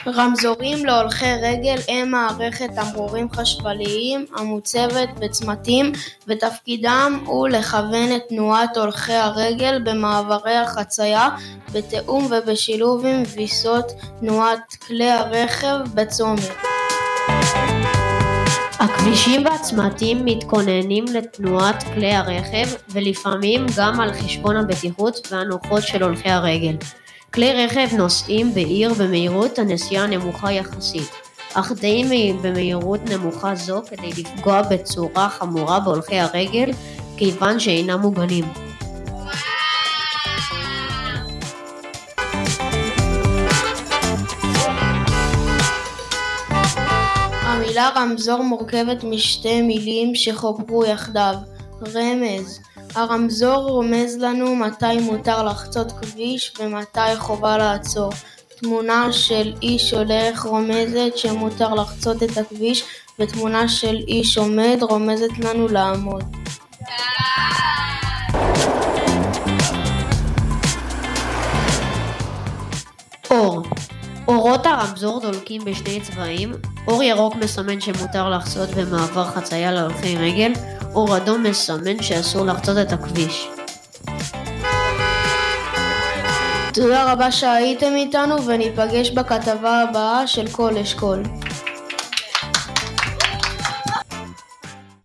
רמזורים להולכי רגל הם מערכת תמרורים חשמליים המוצבת בצמתים, ותפקידם הוא לכוון את תנועת הולכי הרגל במעברי החצייה בתיאום ובשילוב עם ויסות תנועת כלי הרכב בצומת. הכבישים והצמתים מתכוננים לתנועת כלי הרכב ולפעמים גם על חשבון הבטיחות והנוחות של הולכי הרגל. כלי רכב נוסעים בעיר במהירות הנסיעה נמוכה יחסית, אך די במהירות נמוכה זו כדי לפגוע בצורה חמורה בהולכי הרגל כיוון שאינם מוגנים. המילה רמזור מורכבת משתי מילים שחוברו יחדיו. רמז. הרמזור רומז לנו מתי מותר לחצות כביש ומתי חובה לעצור. תמונה של איש הולך רומזת שמותר לחצות את הכביש, ותמונה של איש עומד רומזת לנו לעמוד. אור. אורות הרמזור דולקים בשני צבעים. אור ירוק מסמן שמותר לחצות במעבר חצייה להולכי רגל, אור אדום מסמן שאסור לחצות את הכביש. תודה רבה שהייתם איתנו, וניפגש בכתבה הבאה של כל אשכול.